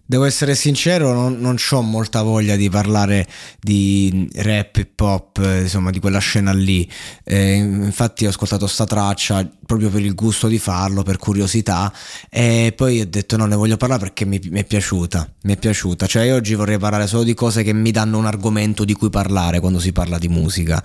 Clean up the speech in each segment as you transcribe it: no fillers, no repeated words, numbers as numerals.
Devo essere sincero, non c'ho molta voglia di parlare di rap, hip hop, insomma di quella scena lì. Infatti ho ascoltato sta traccia proprio per il gusto di farlo, per curiosità, e poi ho detto no, ne voglio parlare perché mi è piaciuta, mi è piaciuta. Cioè io oggi vorrei parlare solo di cose che mi danno un argomento di cui parlare quando si parla di musica.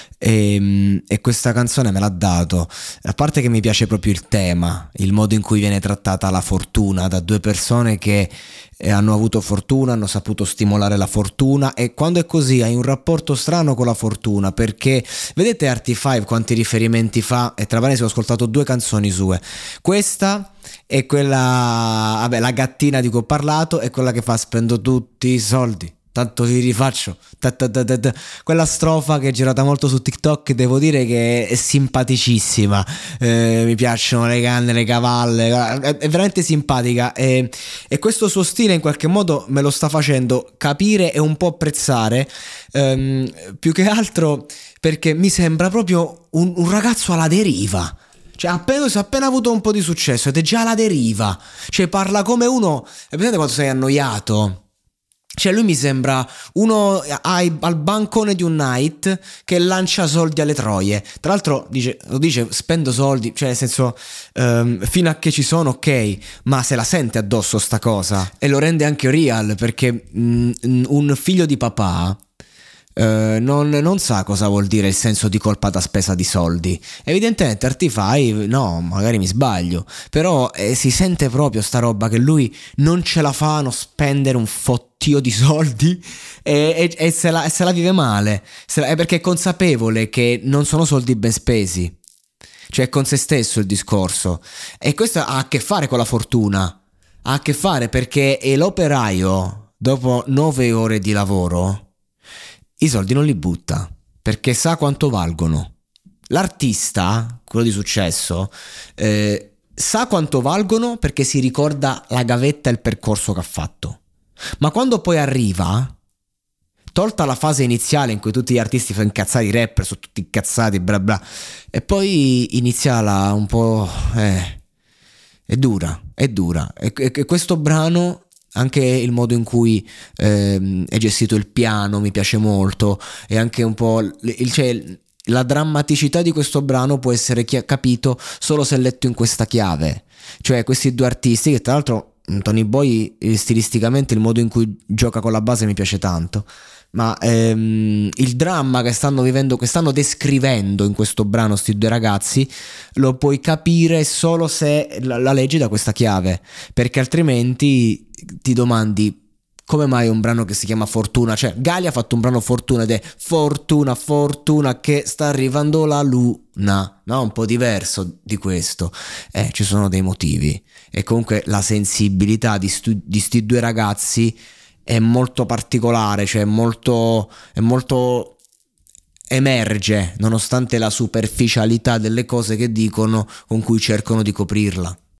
E questa canzone me l'ha dato, a parte che mi piace proprio il tema, il modo in cui viene trattata la fortuna da due persone che hanno avuto fortuna, hanno saputo stimolare la fortuna, e quando è così hai un rapporto strano con la fortuna, perché vedete Artie5 quanti riferimenti fa, e tra parentesi ho ascoltato due canzoni sue, questa e quella, vabbè, la gattina di cui ho parlato, e quella che fa spendo tutti i soldi tanto vi rifaccio ta. Quella strofa che è girata molto su TikTok, devo dire che è simpaticissima. Mi piacciono le canne, le cavalle, è veramente simpatica, e questo suo stile in qualche modo me lo sta facendo capire e un po' apprezzare, più che altro perché mi sembra proprio un ragazzo alla deriva. Cioè appena avuto un po' di successo ed è già alla deriva. Cioè parla come uno, è presente quando sei annoiato? Cioè lui mi sembra uno al bancone di un night che lancia soldi alle troie. Tra l'altro lo dice spendo soldi, cioè nel senso, fino a che ci sono, ok, ma se la sente addosso sta cosa, e lo rende anche real, perché un figlio di papà non sa cosa vuol dire il senso di colpa da spesa di soldi. Evidentemente Artify, no, magari mi sbaglio, però si sente proprio sta roba che lui non ce la fa a non spendere un fottio di soldi, e se la vive male, è perché è consapevole che non sono soldi ben spesi, cioè è con se stesso il discorso, e questo ha a che fare con la fortuna, ha a che fare perché è l'operaio dopo 9 ore di lavoro i soldi non li butta, perché sa quanto valgono. L'artista, quello di successo, sa quanto valgono perché si ricorda la gavetta e il percorso che ha fatto. Ma quando poi arriva, tolta la fase iniziale in cui tutti gli artisti sono incazzati, i rapper sono tutti incazzati, bla bla, e poi inizia un po'... è dura. E questo brano... Anche il modo in cui è gestito il piano mi piace molto, e anche un po' cioè, la drammaticità di questo brano può essere capito solo se letto in questa chiave. Cioè questi due artisti, che tra l'altro Tony Boy stilisticamente il modo in cui gioca con la base mi piace tanto, ma il dramma che stanno vivendo, che stanno descrivendo in questo brano sti due ragazzi, lo puoi capire solo se la leggi da questa chiave, perché altrimenti ti domandi come mai un brano che si chiama Fortuna, cioè Gali ha fatto un brano Fortuna ed è fortuna che sta arrivando la luna, no? Un po' diverso di questo, ci sono dei motivi, e comunque la sensibilità di sti due ragazzi è molto particolare, cioè è molto emerge nonostante la superficialità delle cose che dicono, con cui cercano di coprirla.